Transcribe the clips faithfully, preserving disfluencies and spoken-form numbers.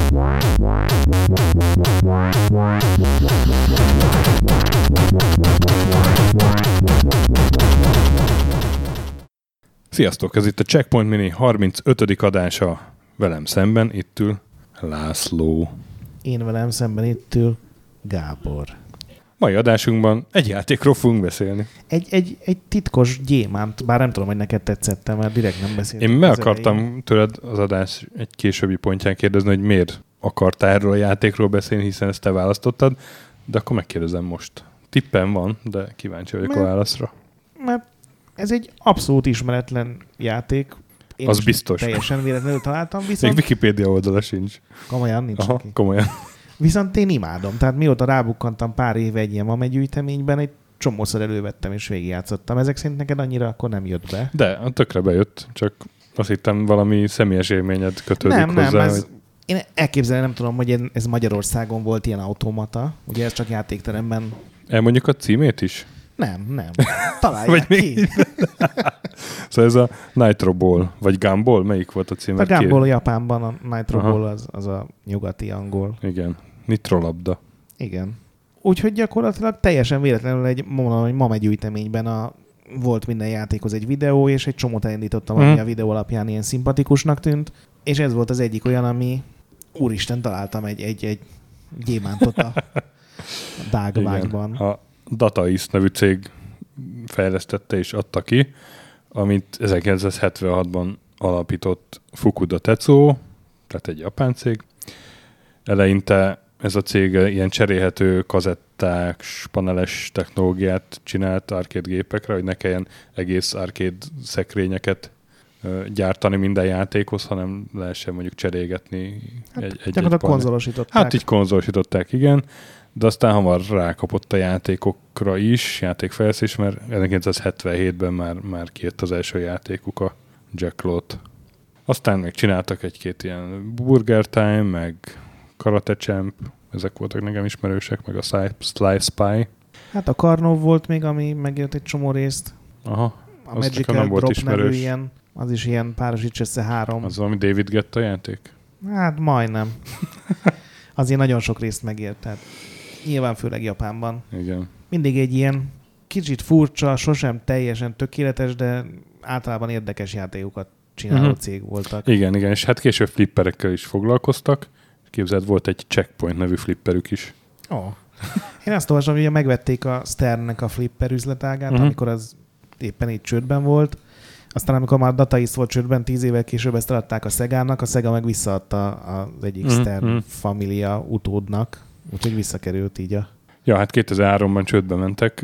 Sziasztok, ez itt a Checkpoint Mini harmincötödik adása. Velem szemben itt ül László. Én velem szemben itt ül Gábor. Mai adásunkban egy játékról fogunk beszélni. Egy, egy, egy titkos gyémánt, bár nem tudom, hogy neked tetszett, mert direkt nem beszéltünk. Én meg akartam elején. tőled az adás egy későbbi pontján kérdezni, hogy miért akartál erről a játékról beszélni, hiszen ezt te választottad, de akkor megkérdezem most. Tippem van, de kíváncsi vagyok mert, a válaszra. Mert ez egy abszolút ismeretlen játék. Én az biztos. Teljesen véletlenül találtam. Viszont... Még Wikipédia oldala sincs. Komolyan nincs. Aha, neki. komolyan. Viszont én imádom. Tehát mióta rábukkantam pár éve egy ilyen mamegyűjteményben, egy csomószor elővettem és végigjátszottam. Ezek szerint neked annyira akkor nem jött be? De, tökre bejött. Csak azt hittem valami személyes élményed kötődik nem, hozzá. Nem, ez, hogy... én elképzelni nem tudom, hogy ez Magyarországon volt ilyen automata. Ugye ez csak játékteremben. Elmondjuk a címét is? Nem, nem. Találják ki. Szóval ez a Nitro Ball, vagy Gumball? Melyik volt a cím? A Gumball Japánban, a Nitro Ball az, az a nyugati angol. Igen. Nitrolabda. Igen. Úgyhogy gyakorlatilag teljesen véletlenül egy, mondom, egy mamegyűjteményben a, volt minden játékhoz egy videó, és egy csomót elindítottam, hmm. ami a videó alapján ilyen szimpatikusnak tűnt, és ez volt az egyik olyan, ami úristen, találtam egy, egy, egy gyémántot a Dágvágban. A Data East nevű cég fejlesztette és adta ki, amit ezerkilencszázhetvenhatban alapított Fukuda Tetsuo, tehát egy japán cég. Eleinte ez a cég ilyen cserélhető kazetták, paneles technológiát csinált arcade gépekre, hogy ne kelljen egész arcade szekrényeket gyártani minden játékhoz, hanem lehessen mondjuk cserélgetni hát, egy, egy, egy konzolosították. Hát így konzolosították, igen. De aztán hamar rákapott a játékokra is, játékfejlesztés, mert ezerkilencszázhetvenhétben már, már kijött az első játékuk, a Jacklot. Aztán még csináltak egy-két ilyen Burger Time, meg Karate Champ, ezek voltak nekem ismerősek, meg a Sly Spy. Hát a Karnov volt még, ami megjött egy csomó részt. Aha. A Magical Drop nevű ilyen, az is ilyen párosíts össze három. Az valami David Guetta játék? Hát majdnem. Azért nagyon sok részt megért, tehát nyilván főleg Japánban. Igen. Mindig egy ilyen kicsit furcsa, sosem teljesen tökéletes, de általában érdekes játékokat csináló uh-huh. cég voltak. Igen, igen, és hát később flipperekkel is foglalkoztak. Képzeld, volt egy Checkpoint nevű flipperük is. Ó. Oh. Én azt olvasom, hogy megvették a Sternnek a flipper üzletágát, uh-huh. amikor az éppen így csődben volt. Aztán amikor már Data East volt csődben, tíz évvel később ezt eladták a Segának, a Sega meg visszaadta az egyik mm, Stern mm. família utódnak, úgyhogy visszakerült így a... Ja, hát kétezer-háromban csődbe mentek.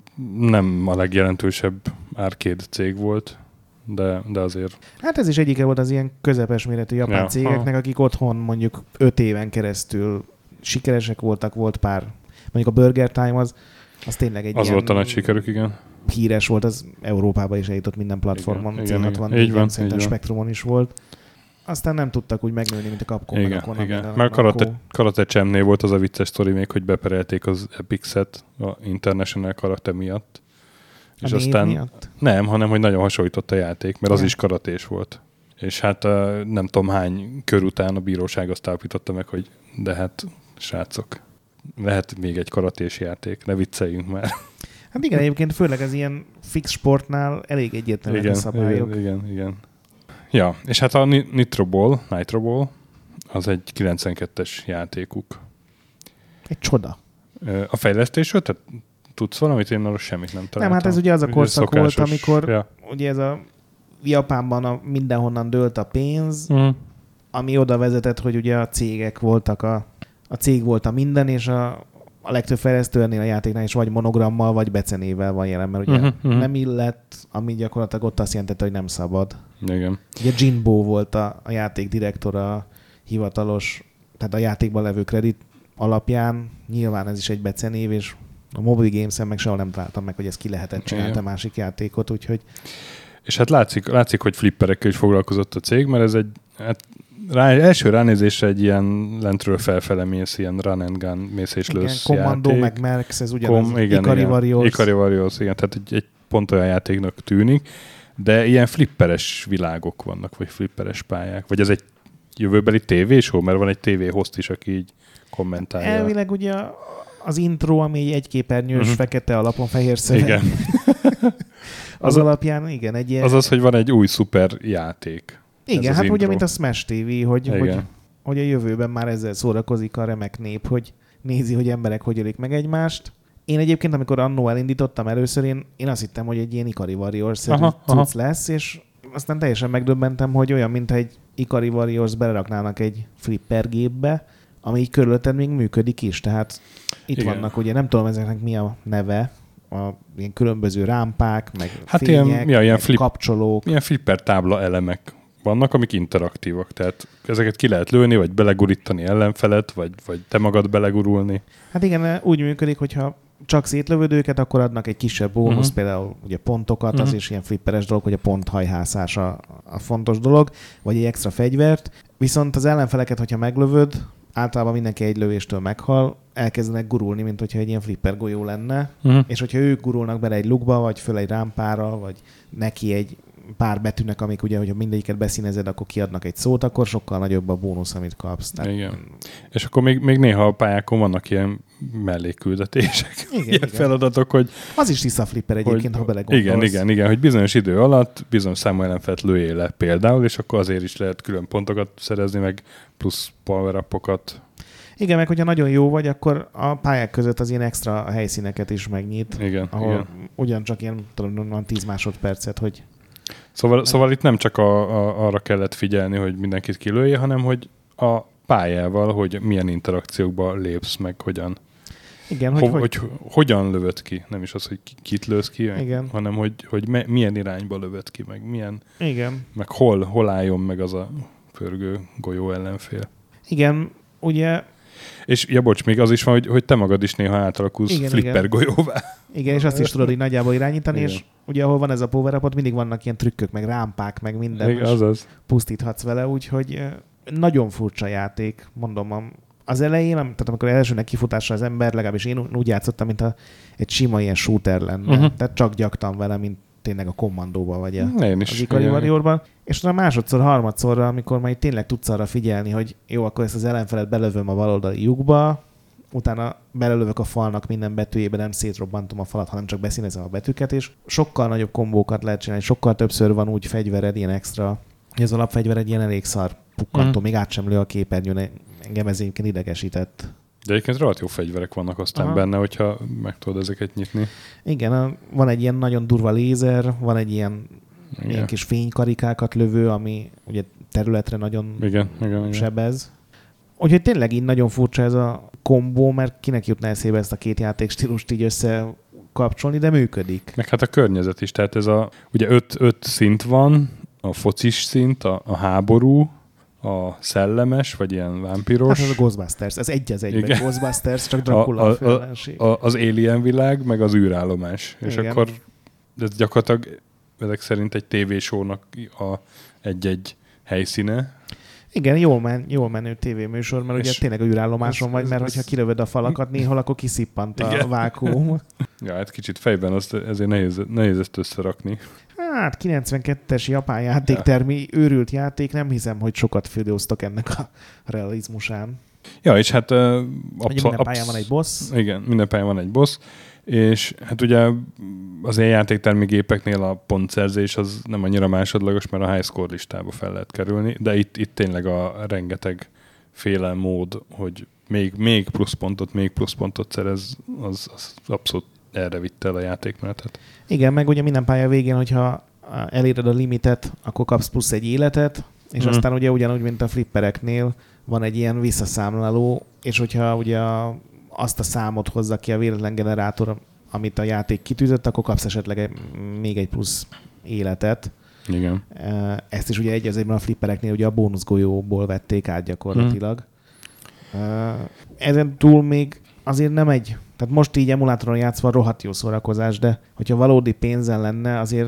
Nem a legjelentősebb arcade cég volt, de, de azért... Hát ez is egyike volt az ilyen közepes méretű japán ja, cégeknek, ha. akik otthon mondjuk öt éven keresztül sikeresek voltak, volt pár... Mondjuk a Burger Time az, az tényleg egy az ilyen... volt a nagy sikerük, igen. Híres volt, az Európában is eljutott minden platformon, igen, cé hatvannégy, szerintem Spektrumon is volt. Aztán nem tudtak úgy megnőni, mint a Capcom. Igen, akkor, igen. Mert Karate, Karate Champnél volt az a vicces sztori még, hogy beperelték az Epixet a International Karate miatt. A és aztán miatt? Nem, hanem hogy nagyon hasonlított a játék, mert az ja. is karatés volt. És hát nem tudom hány kör után a bíróság azt állapította meg, hogy de hát srácok, lehet még egy karatés játék, ne vicceljünk már. Hát igen, egyébként főleg az ilyen fix sportnál elég egyértelműen a szabályok. Igen, igen, igen. Ja, és hát a Nitro Ball, Nitro Ball, az egy kilencvenkettes játékuk. Egy csoda. A fejlesztésről? Tehát tudsz valamit? Én arra semmit nem találtam. Nem, hát ez ugye az a korszak szokásos, volt, amikor ja. ugye ez a Japánban a mindenhonnan dőlt a pénz, uh-huh. ami oda vezetett, hogy ugye a cégek voltak a, a cég volt a minden, és a A legtöbb fejlesztő ennél a játéknál is vagy monogrammal, vagy becenével van jelen, mert ugye uh-huh. nem illett, ami gyakorlatilag ott azt jelentette, hogy nem szabad. Igen. Ugye Jinbo volt a, a játék direktora, hivatalos, tehát a játékban levő kredit alapján. Nyilván ez is egy becenév, és a Mobile Games-en meg sehol nem találtam meg, hogy ezt ki lehetett csinálni a másik játékot, úgyhogy... És hát látszik, látszik, hogy flipperekkel is foglalkozott a cég, mert ez egy... Hát Rá, első ránézésre egy ilyen lentről felfele mész, ilyen run and gun mész és lősz játék. Commando meg Merx, ez ugyanaz. Kom, igen, Ikari igen. Warriors. Ikari Warriors, igen, tehát egy, egy pont olyan játéknak tűnik, de ilyen flipperes világok vannak, vagy flipperes pályák, vagy ez egy jövőbeli tévéshow? Mert van egy tévéhost is, aki így kommentálja. Elvileg ugye az intro, ami egy képernyős, uh-huh. fekete alapon fehér szöveg. Igen. az, az alapján, igen, egy ilyen... Az az, hogy van egy új szuper játék. Igen, hát ugye, mint a Smash té vé, hogy, hogy, hogy a jövőben már ezzel szórakozik a remek nép, hogy nézi, hogy emberek hogy ölik meg egymást. Én egyébként, amikor annó elindítottam először, én, én azt hittem, hogy egy ilyen Ikari Warriors-szerű cucc lesz, és aztán teljesen megdöbbentem, hogy olyan, mint egy Ikari Warriors beleraknának egy flipper gépbe, ami így körülötted még működik is. Tehát itt igen. vannak, ugye nem tudom ezeknek mi a neve, a ilyen különböző rámpák, meg hát fények, ilyen, ja, ilyen meg flip, kapcsolók. Ilyen flipper tábla elemek vannak, amik interaktívak. Tehát ezeket ki lehet lőni, vagy belegurítani ellenfelet, vagy, vagy te magad belegurulni. Hát igen, úgy működik, hogyha csak szétlövöd őket, akkor adnak egy kisebb bónusz, uh-huh. például ugye pontokat, uh-huh. az is ilyen flipperes dolog, hogy a ponthajhászás a, a fontos dolog, vagy egy extra fegyvert. Viszont az ellenfeleket, hogyha meglövöd, általában mindenki egy lövéstől meghal, elkezdenek gurulni, mint hogyha egy ilyen flipper golyó lenne, uh-huh. és hogyha ők gurulnak bele egy lukba, vagy föl egy rámpára, vagy neki egy pár betűnek, amik ugye, hogyha mindegyiket beszínezed, akkor kiadnak egy szót, akkor sokkal nagyobb a bónusz, amit kapsz. Tehát... Igen. És akkor még, még néha a pályákon vannak ilyen mellékküldetések, igen, ilyen igen. feladatok, hogy... Az is tiszta flipper egyébként, hogy, ha belegondolsz. Igen, igen, igen, hogy bizonyos idő alatt bizonyos számú ellenfelet lőjél le például, és akkor azért is lehet külön pontokat szerezni, meg plusz power-upokat. Igen, meg hogyha nagyon jó vagy, akkor a pályák között az ilyen extra helyszíneket is megnyit. Igen, ahol igen. ugyancsak ilyen, tudom, van tíz másodpercet, hogy... Szóval, szóval itt nem csak a, a, arra kellett figyelni, hogy mindenkit kilője, hanem hogy a pályával, hogy milyen interakciókba lépsz, meg hogyan. Igen, hogy, hogy, hogy, hogy... hogy hogyan lövöd ki. Nem is az, hogy kit lősz ki, igen. hanem hogy, hogy me, milyen irányba lövöd ki, meg milyen, igen. meg hol, hol álljon meg az a pörgő golyó ellenfél. Igen, ugye... És ja, bocs, még az is van, hogy, hogy te magad is néha átalakulsz igen, flipper igen. golyóvá. Igen, és azt is tudod így nagyjából irányítani, igen. és ugye ahol van ez a power up, mindig vannak ilyen trükkök, meg rámpák, meg minden, igen, azaz. pusztíthatsz vele, úgyhogy nagyon furcsa játék, mondom, az elején, tehát amikor első nekifutásra az ember, legalábbis én úgy játszottam, mint a, egy sima ilyen shooter lenne, uh-huh. tehát csak gyaktam vele, mint tényleg a kommandóban, vagy a, az Ikari Warriorban. És a másodszor, harmadszorra, amikor majd tényleg tudsz arra figyelni, hogy jó, akkor ezt az ellenfelet belövöm a baloldali lyukba, utána belelövök a falnak minden betűjébe, nem szétrobbantom a falat, hanem csak beszínezem a betűket, és sokkal nagyobb kombókat lehet csinálni, sokkal többször van úgy fegyvered, ilyen extra, hogy az alapfegyver egy ilyen elég szar pukkantó, mm. még át sem lő a képernyőn, engem ez egyébként idegesített. De egyébként rohadt jó fegyverek vannak aztán aha. benne, hogyha meg tudod ezeket nyitni. Igen, a, van egy ilyen nagyon durva lézer, van egy ilyen, ilyen kis fénykarikákat lövő, ami ugye területre nagyon igen, igen, sebez. Igen. Úgyhogy tényleg így nagyon furcsa ez a kombó, mert kinek jutna eszébe ezt a két játékstílust így összekapcsolni, de működik. Meg hát a környezet is, tehát ez a, ugye öt, öt szint van, a focis szint, a, a háború, a szellemes, vagy ilyen vámpiros. Hát ez a Ghostbusters, ez egy az egyben. Ghostbusters, csak Dracula a, a, a, a, az Alien világ, meg az űrállomás. Igen. És akkor ez gyakorlatilag ezek szerint egy tévésónak a egy-egy helyszíne. Igen, jól, men, jól menő tévéműsor, mert és ugye tényleg a űrállomáson vagy, mert hogyha kilövöd a falakat néhol, akkor kiszippant a igen. vákuum. Ja, hát kicsit fejben azt, ezért nehéz, nehéz ezt összerakni. Hát kilencvenkettes japán játéktermi ja. őrült játék, nem hiszem, hogy sokat fődőztek ennek a realizmusán. Ja, és hát... Uh, absz- minden pályán van egy boss. Igen, minden pályán van egy boss, és hát ugye az ilyen játéktermi gépeknél a pontszerzés az nem annyira másodlagos, mert a high score listába fel lehet kerülni, de itt, itt tényleg a rengeteg féle mód, hogy még, még pluszpontot, még pluszpontot szerez, az, az abszolút erre vitte el a játékmenetet. Igen, meg ugye minden pálya végén, hogyha eléred a limitet, akkor kapsz plusz egy életet, és mm. aztán ugye ugyanúgy, mint a flippereknél van egy ilyen visszaszámláló, és hogyha ugye a, azt a számot hozza ki a véletlen generátor, amit a játék kitűzött, akkor kapsz esetleg még egy plusz életet. Igen. Ezt is ugye egy az egyben a flippereknél ugye a bónuszgolyóból vették át gyakorlatilag. Mm. Ezen túl még azért nem egy, tehát most így emulátoron játszva rohadt jó szórakozás, de hogyha valódi pénzen lenne, azért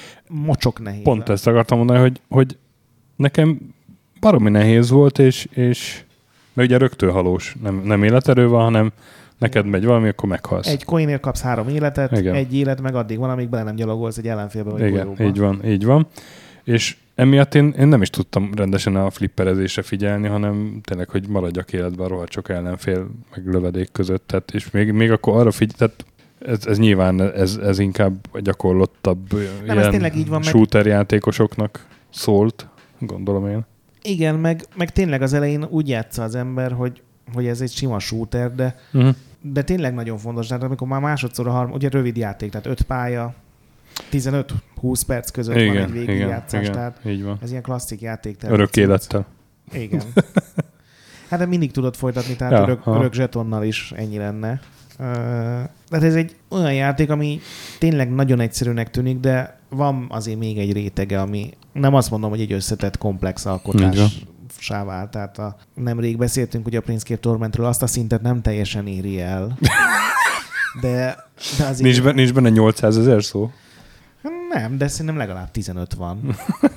mocsok nehéz. Pont ezt akartam mondani, hogy, hogy nekem baromi nehéz volt, és, és mert ugye rögtön halós, nem, nem életerő van, hanem neked megy valami, akkor meghalsz. Egy coinért kapsz három életet, igen. Egy élet meg addig van, amíg bele nem gyalogolsz egy ellenfélbe vagy igen, golyóba. így van, így van. És emiatt én, én nem is tudtam rendesen a flipperezésre figyelni, hanem tényleg, hogy maradjak életben a rohadt sok ellenfél meg lövedék között. Tehát, és még, még akkor arra figyel, tehát ez, ez nyilván ez, ez inkább a gyakorlottabb nem, ilyen tényleg így van, shooter meg... játékosoknak szólt, gondolom én. Igen, meg, meg tényleg az elején úgy játsza az ember, hogy, hogy ez egy sima shooter, de, uh-huh. de tényleg nagyon fontos. Tehát amikor már másodszor a harmad, ugye rövid játék, tehát öt pálya, tizenöt-húsz perc között igen, van egy végigjátszás, igen, tehát így van. Ez ilyen klasszik játék. Örök élettel. Igen. Hát de mindig tudod folytatni, tehát ja, örök, örök zsetonnal is ennyi lenne. Tehát ez egy olyan játék, ami tényleg nagyon egyszerűnek tűnik, de van azért még egy rétege, ami nem azt mondom, hogy egy összetett komplex alkotássá vált. Tehát a, nemrég beszéltünk ugye a Planescape Tormentről, azt a szintet nem teljesen éri el. De, de azért... Nincs, be, nincs benne nyolcszázezer szó? Nem, de szerintem legalább tizenöt van.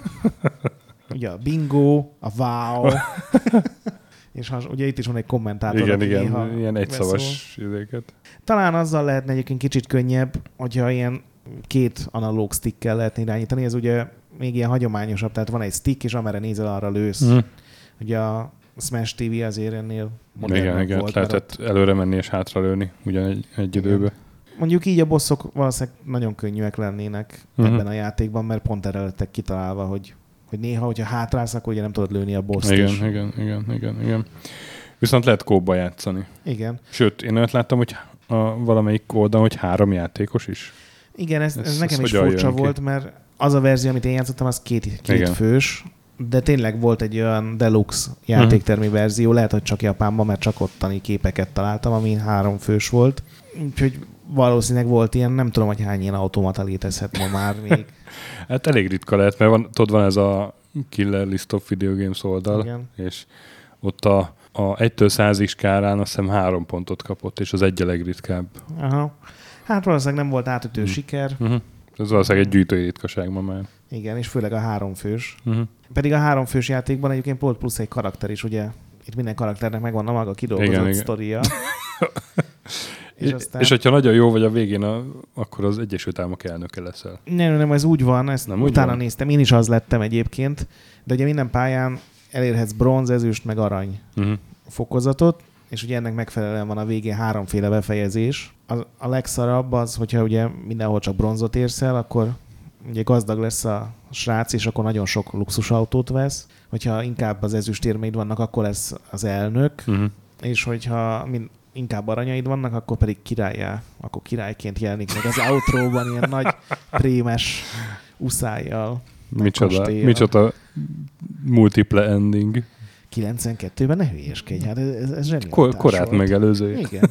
Ugye a bingo, a wow, és has, ugye itt is van egy kommentátor, igen, igen, néha ilyen egyszavas idéket. Talán azzal lehetne egyébként kicsit könnyebb, hogyha ilyen két analóg stickkel lehetne irányítani. Ez ugye még ilyen hagyományosabb, tehát van egy stick, és amerre nézel, arra lősz. Mm. Ugye a Smash té vé azért ennél modernebb igen, volt. Igen, lehetett ott... előre menni és hátra lőni ugyan egy, egy időbe. Mondjuk így a bosszok valószínűleg nagyon könnyűek lennének uh-huh. ebben a játékban, mert pont erre lettek kitalálva, hogy, hogy néha, hogyha hátrálsz, akkor ugye nem tudod lőni a boszt igen, is. Igen, igen, igen, igen. Viszont lehet kóba játszani. Igen. Sőt, én olyat láttam, hogy a valamelyik oldalon, hogy három játékos is. Igen, ez, ez, ez nekem is furcsa volt, ki? Mert az a verzió, amit én játszottam, az két, két fős, de tényleg volt egy olyan deluxe játéktermi uh-huh. verzió, lehet, hogy csak Japánban, mert csak ottani képeket találtam, ami három fős volt. Úgyhogy valószínűleg volt ilyen, nem tudom, hogy hány ilyen automata létezhet ma már még. Hát elég ritka lehet, mert van, tudod, van ez a Killer List of Video Games oldal, igen. És ott a, a egytől százig skálán azt hiszem három pontot kapott, és az egy a legritkább. Aha. Hát valószínűleg nem volt átütő uh-huh. siker. Uh-huh. Ez valószínűleg egy gyűjtői ritkaság ma már. Igen, és főleg a háromfős. Uh-huh. Pedig a háromfős játékban egyébként volt plusz egy karakter is, ugye? Itt minden karakternek megvan a maga kidolgozott sztoria. És, aztán... és hogyha nagyon jó vagy a végén, a, akkor az Egyesült Államok elnöke leszel. Nem, nem, ez úgy van, ezt nem utána van. Néztem, én is az lettem egyébként, de ugye minden pályán elérhetsz bronz, ezüst, meg arany uh-huh. fokozatot, és ugye ennek megfelelően van a végén háromféle befejezés. A, a legszarabb az, hogyha ugye mindenhol csak bronzot érsz el, akkor ugye gazdag lesz a srác, és akkor nagyon sok luxusautót vesz. Hogyha inkább az ezüstérmeid vannak, akkor lesz az elnök, uh-huh. és hogyha mind, inkább aranyaid vannak, akkor pedig királyá, akkor királyként jelenik meg az outróban ilyen nagy prémes uszájjal. Micsoda, micsoda multiple ending. kilencvenkettőben ne hülyeskedj, hát ez, ez zseniális. Kor, korát volt. Megelőző. Igen.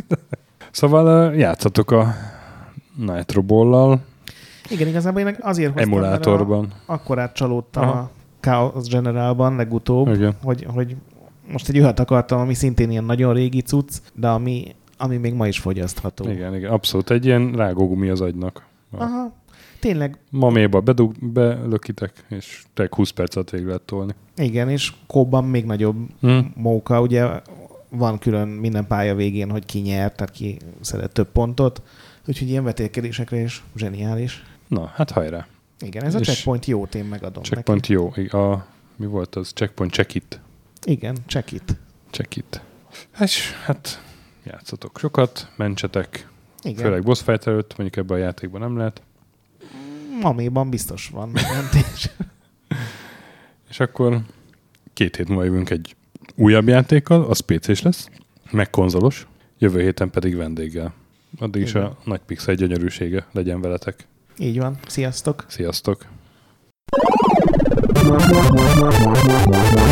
Szóval játszatok a Nitro Ball-lal. Igen, igazából én azért hoztam, emulátorban. Mert a, akkorát csalódtam aha. a Chaos Generalban legutóbb, hogy, hogy most egy olyat akartam, ami szintén ilyen nagyon régi cucc, de ami, ami még ma is fogyasztható. Igen, igen, abszolút egy ilyen rágógumi az agynak. Aha, tényleg. Maméba bedug, belökitek, és tényleg húsz percet végig lehet tolni. Igen, és kóban még nagyobb hmm. móka, ugye van külön minden pálya végén, hogy ki nyert, tehát ki szeret több pontot, úgyhogy ilyen vetélkedésekre is zseniális. Na, hát hajrá. Igen, ez a checkpoint jó, én megadom checkpoint neki. Checkpoint jó. A, mi volt az? Checkpoint check it. Igen, check it. Check it. És hát játszatok sokat, mentsetek. Igen. Főleg boss fight előtt, mondjuk ebben a játékban nem lehet. Maméban biztos van mentés. És akkor két hét múlva jövünk egy újabb játékkal, az pé cés lesz, meg konzolos, jövő héten pedig vendéggel. Addig igen. Is a nagy pixel gyönyörűsége legyen veletek. Így van. Sziasztok! Sziasztok!